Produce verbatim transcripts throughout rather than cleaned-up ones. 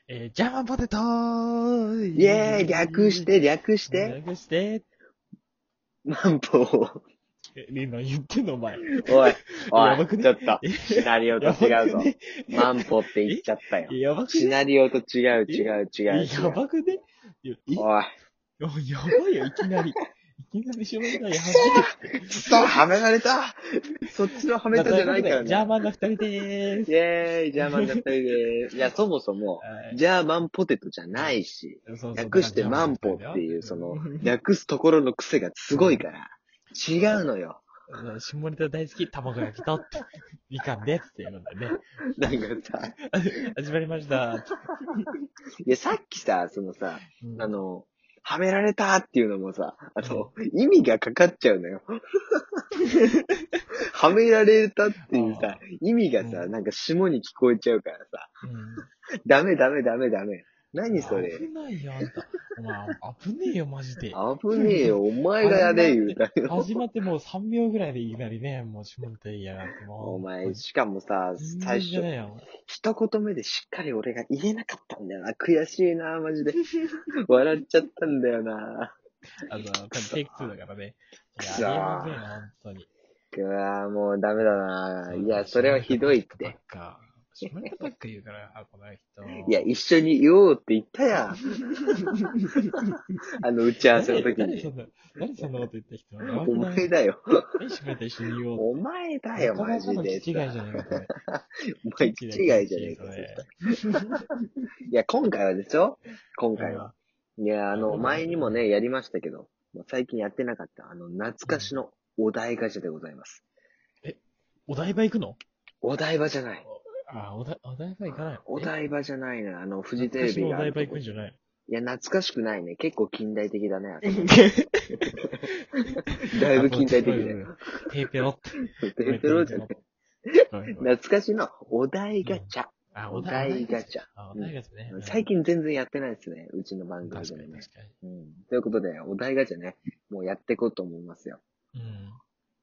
えー、ジャーマンポテトーイェーイ略して、略して。 略して。 マンポ。 え、ね、何言ってんのお前。 おい、おい、 やばくねちょっと、シナリオと違うぞ。 ね、 マンポって言っえちゃったよ。 やばくねシナリオと違う、違う、違えう、違う。 やばくねえおい。 やばいよ、いきなり。いきなり下ネタやべえって。 くそ、はめられた。そっちのはめたじゃないからな。 ジャーマンの二人でーす。 イェーイ、ジャーマンの二人でーす。いや、そもそも、ジャーマンポテトじゃないし、 そうそう略してマンポっていう、その、略すところの癖がすごいから、違うのよ。 下ネタ大好き、卵焼きと、みかんですっていうのでね。 なんかさ、 始まりました。 いや、さっきさ、そのさ、うん、あの、はめられたっていうのもさ、あの、うん、意味がかかっちゃうのよ。はめられたっていうさ、意味がさ、うん、なんか下に聞こえちゃうからさ、うん、ダメダメダメダメ。何それ。 危ないよ、あんた。お前、危ねえよ、マジで。 危ねえよ、お前がやれ言うたよ。 始まってもうさんびょうぐらいでいきなりね、もう下ネタ言いやがってもう。お前、しかもさ、最初、一言目でしっかり俺が言えなかったんだよな。悔しいな、マジで。笑っちゃったんだよな。 あの、多分テイクツーだからね。いや、ありえませんよ、本当に。 うわぁ、もうダメだな。いや、それはひどいって。 下ネタばっか言うから、あ、この人。 いや、一緒に言おうって言ったやん。あの、打ち合わせの時に。 誰そんなこと言った人お前だよ。 何下ネタ一緒に言おう。 お前だよ、マジで。 気違いじゃねえか、これ。 お前、気違いじゃねえか、いや、今回はでしょ今回は。いや、あの、前にもね、やりましたけど、最近やってなかった、あの、懐かしのお題ガチャでございます。 え、お台場行くの？ お台場じゃない。 あ、お台、お台場行かないの？ お台場じゃないな。あの、フジテレビがあるとこ。 お台場行くんじゃない？ いや、懐かしくないね。結構近代的だね。だいぶ近代的だよ。 ペーペロって。 ペーペロじゃね。懐かしのお題ガチャ。 あ、 お題ガチャ。 お題ガチャね。 最近全然やってないですね。うちの番組でね。うん。ということで、お題ガチャね、もうやっていこうと思いますよ。うん。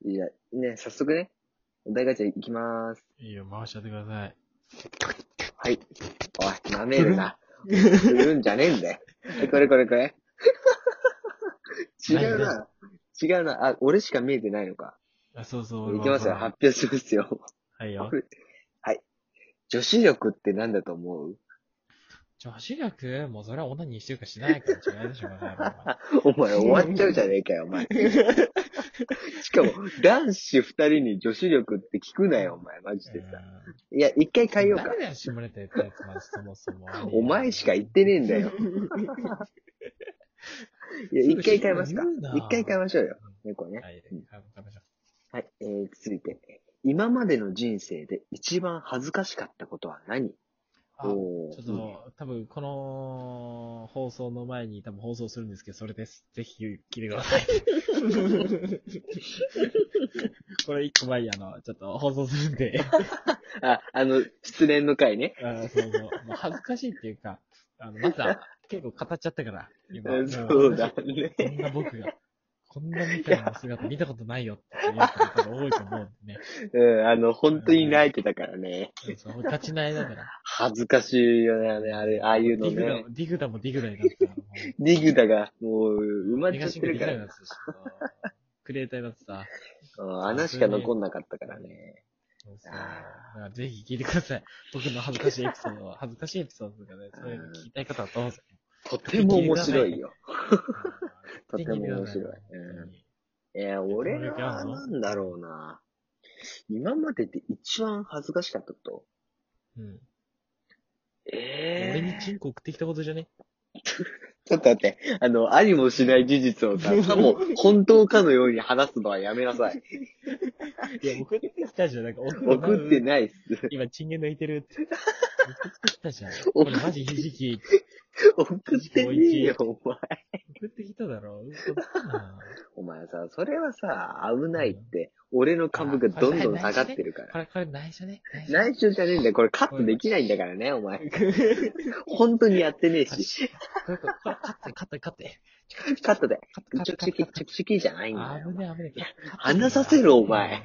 いや、ね、早速ね、お題ガチャいきまーす。 いいよ、回しちゃってください。 はい。おい、舐めるな。するんじゃねえんだよ。これこれこれ。違うな。違うな。あ、俺しか見えてないのか。 あ、そうそう。 いきますよ。発表しますよ。 はいよ。 はい。女子力って何だと思う？ 女子力？もうそれは女にしてるかしないか違いでしょ、 お前終わっちゃうじゃねえかよ、お前。しかも、男子二人に女子力って聞くなよ、お前、マジでさ。いや、一回変えようか。 誰だよ、下ネタ言ったやつ、まずそもそも。 お前しか言ってねえんだよ。いや、一回変えますか。一回変えましょうよ。猫ね。はい、変えましょう。はい、えー、続いて。今までの人生で一番恥ずかしかったことは何？ あ、ちょっと、多分この放送の前に多分放送するんですけど、それです。ぜひ聞いてください。これ一個前にあの、ちょっと放送するんで。 あ、あの、失恋の回ね。 あ、そうそう。もう恥ずかしいっていうか、あの、また結構語っちゃったから、今。 そうだね。 こんな僕が。こんなみたいな姿見たことないよっていう方が多いと思うんでね。 うん、あの、本当に泣いてたからね。 そう、ガチ泣いだから。 恥ずかしいよね、あれ、あれ、ああいうのね。 ディグダもディグダになったから。 ディグダが、もう、埋まっちゃってるから。 クリエイターになってた。 穴しか残んなかったからね。 そうそう。ぜひ聞いてください。僕の恥ずかしいエピソードは、恥ずかしいエピソードとかね、そういうの聞きたい方はどうぞ。 とても面白いよ。とても面白い。うん、いや、俺はなんだろうな。今までで一番恥ずかしかったこと。うん。ええー。 俺にチンコ送ってきたことじゃね？ ちょっと待って。あの、ありもしない事実をさ、さも本当かのように話すのはやめなさい。 いや、送ってきたじゃん。なんか送ってないっす。 今、チンゲ抜いてるって。送ってきたじゃん。これマジひじき。 送ってねえよ、お前。 送ってきただろ。 お前さ、それはさ、危ないって。俺の株がどんどん下がってるから。 これ、これ内緒ね。 内緒じゃねえんだよ。これカットできないんだからね、お前。本当にやってねえし。 これ、これ、カット、カット、カット。 カットで。チョキチキ、チョキチキじゃないんだよ。 危ね危ね話させろ、お前。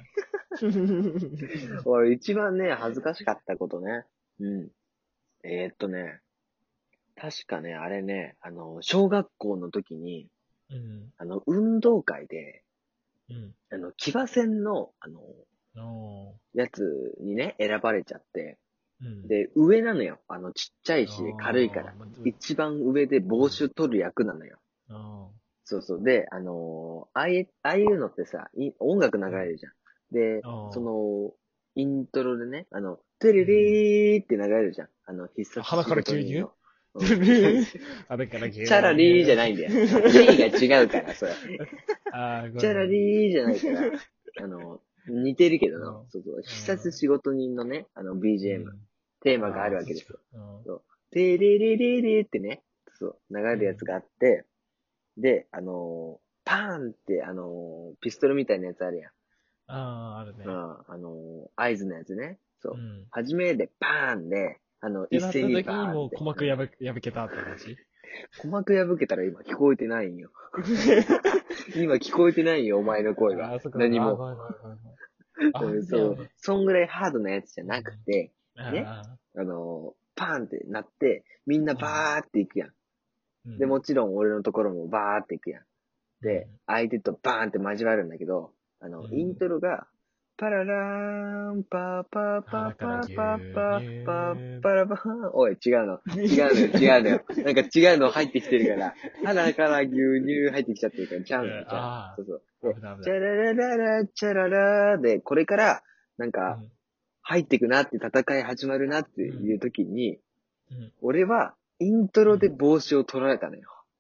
俺、一番ね、恥ずかしかったことね。うん。えー、っとね。 確かね、あれね、あの、小学校の時に、 うん。 あの、運動会で、 うん。 あの、騎馬戦の、あの、 おー。 やつにね、選ばれちゃって、 うん。 で、上なのよ。あの、ちっちゃいし、軽いから。 あー、ま、ど一番上で帽子を取る役なのよ。 あそうそう。で、あのーああいう、ああいうのってさ、い音楽流ー。うん。 れるじゃん。で、そあの、イントロでね、あの、テレー。うん。 レーって流れるじゃん。あの、必あ、 殺仕鼻から牛乳事人の。うん。いや、 あれから牛チャラリーじゃ乳。 ないんだよ。リーが違うから、それ。 あー、ごチャラめんごめん。 リーじゃないから、あの、似てるけどな。 うん。 そうそう。 う必殺ん。 仕事人のね、あの、ビージーエム、 うん。 テーマがあああ、 るわけですよ。 そっちか。うん。 そう。テレレレレってね、そう、流れうん。 るやつがあって、で、あのーパーンって、あのーピストルみたいなやつあるやん。 ああ、あるね。 うん、あのー合図のやつね。そう。 うん。っ初めでパーンで、あの、 てなった一斉に時にもうバーンって。うん。 鼓膜破け、破けたって話。 鼓膜破けたら今聞こえてないんよ。今聞こえてないよ、お前の声は。 ああ、そっかそっか。ああ、 何も。 ごめんごめんごめんごめん。あうん、そう。 ぶねあぶね。 そんぐらいハードなやつじゃなくて、 うん。 ね。 ああ、 あのーパーンってなって、みんなうん。 バーって行くやん。で、 うん。 もちろん俺のところもバーって行くやん。で、 うん。 相手とバーンって交わるんだけど、あの、インうん。 トロが、パララーン、パーパーパー鼻から牛パーパーパーパー乳。 パラパー、おい、違うの。違うのよ、違うのよ。なんか違うの入ってきてるから、鼻から牛乳入ってきちゃってるから、ちゃうのよ、ちゃうの。 あそうそう。 あ、 で、 危ない危ない。 チャララララ、チャララで、これから、なんか、 うん。 入ってくなって戦い始まるなってうん。 いう時に、 うん。 俺は、イントロでうん。 帽子を取られたのよ。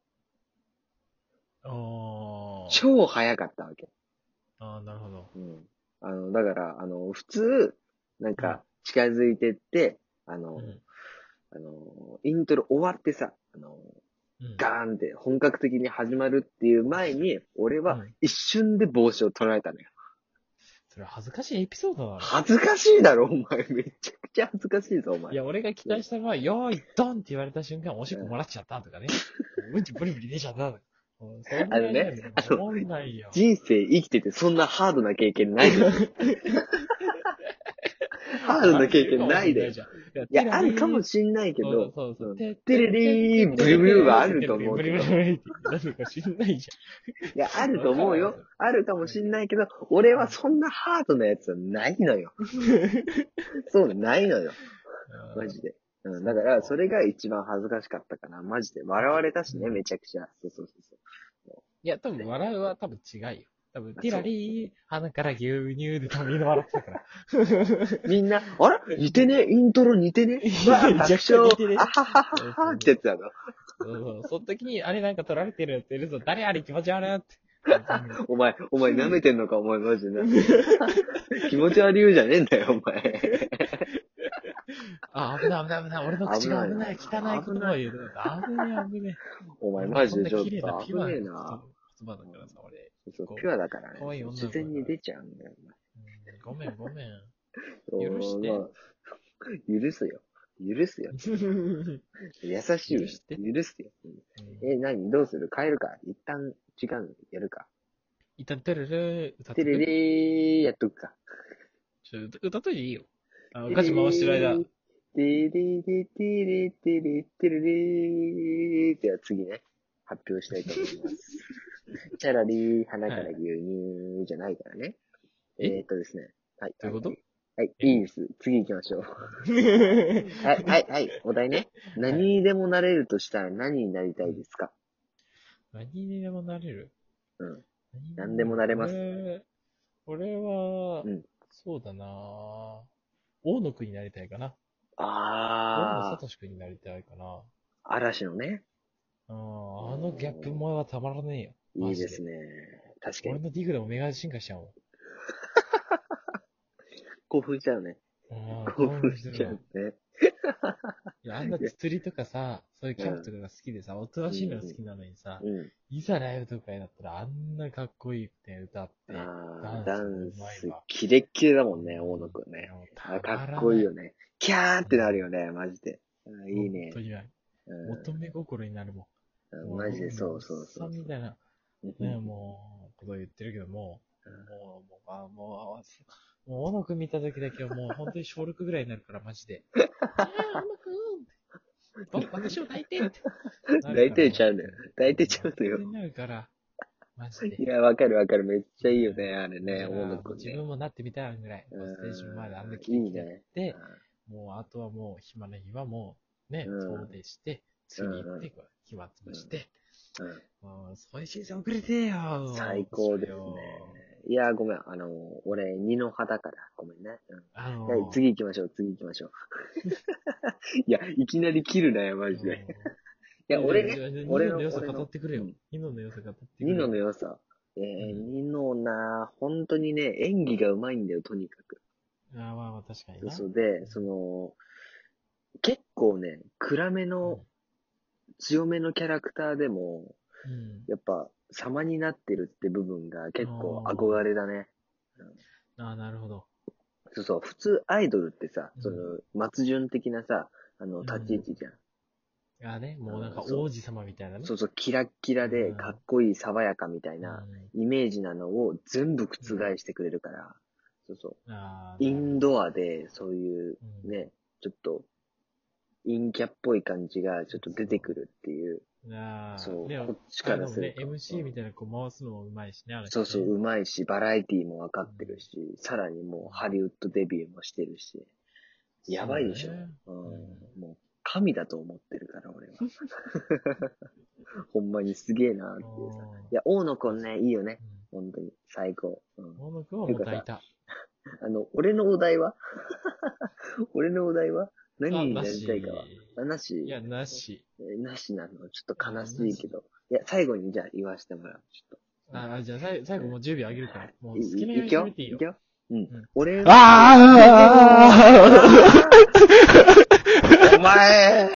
おー。 超早かったわけ。 ああ、なるほど。 うん。あの、だから、あの、普通、なんうん。 か、近づいてって、あの、 うん。 あの、イントロ終わってさ、あの、 うん。 ガーンって本格的に始まるっていう前に、俺はうん。 一瞬で帽子を取られたのよ。 それは恥ずかしいエピソードだろ。 恥ずかしいだろ、お前。めちゃくちゃ恥ずかしいぞ、お前。 いや、俺が期待したのは、よーい、ドンって言われた瞬間、おしっこ漏らしちゃったとかね。うんちブリブリ出ちゃったとか。うんそんあのね、 ぐらいじゃね、 あの、 思んないよ。 人生生きててそんなハードな経験ないでしょ。ハードな経験あるかもないでよ。 しんないじゃん。いや、 いや、 テラあるかもリー、 しんないけそうど、 そうそう、 うん、 てってテレってってリー、ブってれルブルはあてってってると思うブリブリけど、 ブリってなるかしんないじいや、あゃん。 るとわか思うよ。 るわそれ。 あるかもしんないけど、俺はそんなハードなやつはないのよ。そう、ないのよ。マジで。うん、 そっだから、そか。 れが一番恥ずかしかったかな。マジで。笑われたしね、 うん。 めちゃくちゃ。そうそうそうそう。 いや、多分ね。 笑うは多分違いよ。多分、 あ、 ティラそリー、鼻から牛乳で多分みんな笑ってたから。 う。みんな、あれ似てねイントロ似てねわあ、爆若干笑似てね。 あははそうははそうそう。 ってやつだろ。 そうそう。その時に、あれなんか取られてるやついるぞ。誰あれ気持ち悪いって。そうそういうお前、お前舐めてんのか、お前マジで。気持ち悪い言うじゃねえんだよ、お前。 あ、危ない危ない危ない。俺の口危ないな。 が危ない。汚い言危ない。 葉を言うとか。危ねえ危ねえ。 お前俺はこんなマジでちょっ綺麗なピュアなと危ねえ言な。 葉だからさ、俺。 そう、 こう、 ピュアだからね。 可愛いそう女の子だから。 自然に出ちゃうんだよ、 うんごめんごめん。 お前。そう、 許して。 まあ、許すよ。許すよ。優しいよ。 許して。 許すよ。うんうんえ、何どうする変えるか一旦違うのやるか一旦テレレ歌っテレとくレーやっとくか。 ちょ、歌っといていいよ。あの、 テレ歌詞回してる間。 レー、テレレテレテレテレレーでは次ね、発表したいと思います。チャラリー、鼻からはい。 牛乳じゃないからね。 ええー、っとですね。はい、はい、 どういうことはい。はい、 えいいです。次行きましょう。はい、はい、はい。お題ね。 はい。 何にでもなれるとしたら何になりたうん。 いですか？ 何にでもなれるうん。 何にで何でももなれるなれます。 俺、俺は、 うん。 そうだなぁ。大野くんになりたいかな。大野あ聡くんになりたいかな。 ー、嵐のね。 うん、あのギャップ萌えはたまらねえよ。マジで。 いいですね。確かに。 俺のディグでもメガ進化しちゃうもん。 興奮しちゃうね。 ああ、 興興奮奮しちゃしてるわ。 うね。 いや、あんないや、 釣りとかさ、そういうキャンプうん。 とかが好きでさ、おとなしいのが好うきなのにさ、 ん。うん。 いざライブとかになったらあんなかっこいいって歌って、 あー、 ダンスもダンス、 うまいわ。 キレッキレだもうん。 んね、大野くんいや、 ね。 もうあ、 たかっまらない。 こいいよね。キャーってなるうん。 よね、マジで。あいいね。 本当にない。乙う女心になるもん。 ん。もう、 マジでもう、おっそうそうそさうそんみたいな、 う。 ね、もう、こと言ってるけども、もう、もう、あ、もう、もう、小野くん見た時だけはもう、本当に小ろくぐらいになるから、マジで。じゃあ、小野くん私を抱いてって。 抱いてちゃうのよ。抱いてちゃうのよ。 なるから、マジで。 いや、わかるわかる。めっちゃいいよね、あれね、大野くんね。 自分もなってみたいぐらい。ステージまであんだけいいね。 で、もうあとはもう暇な日はもうね、遠出して、次に行って、暇つぶして、もうそういうシーズン遅れてよ。 最高ですね。いや、ごめん。あの、俺、二の派だから。ごめんね。うん、あのー、次行きましょう、次行きましょう。いや、いきなり切るなよ、マジで。いや、俺ね、 俺の良さ語ってくれよ。ニノの良さ語ってくれよ。 ニノの良さ。えー、ニノな、本当にね、演技が上手いんだよ、とにかく。 ああ、まあまあ確かにな。 そうで、その、結構ね、暗めの、強めのキャラクターでも、うん、やっぱ、様になってるって部分が結構憧れだね。 うん、ああ、なるほど。 そうそう、普通アイドルってさ、うん、その、末順的なさ、あの、立ち位置じゃん。 うん、ああね、もうなんか王子様みたいなね。 そうそう、キラッキラでかっこいい爽やかみたいなイメージなのを全部覆してくれるから、うん、そうそう。インドアでそういうね、うん、ちょっと、陰キャっぽい感じがちょっと出てくるっていう。 ああ、 そう、 こっちからすると。 ね、エムシー みたいなこう回すのもうまいしね、あれ、ね。 そうそう、うまいし、バラエティもわかってるし、うん、さらにもうハリウッドデビューもしてるし、やばいでしょ。う、ね、うん、もう神だと思ってるから、俺は。ほんまにすげえなーっていうさ。いや、大野くんね、いいよね。うん、本当に。最高。 うん、大野くんはもう抱いた。 あの、俺のお題は俺のお題は何になりたいかは。あ、なしいや、なし。 なしなの。ちょっと悲しいけど。いや、最後にじゃあ言わせてもらう。ちょっと。あ、じゃあ最後もうじゅうびょうあげるから。もう好きなように喋っていいよ。 いくよ。うん。うん、俺ああお前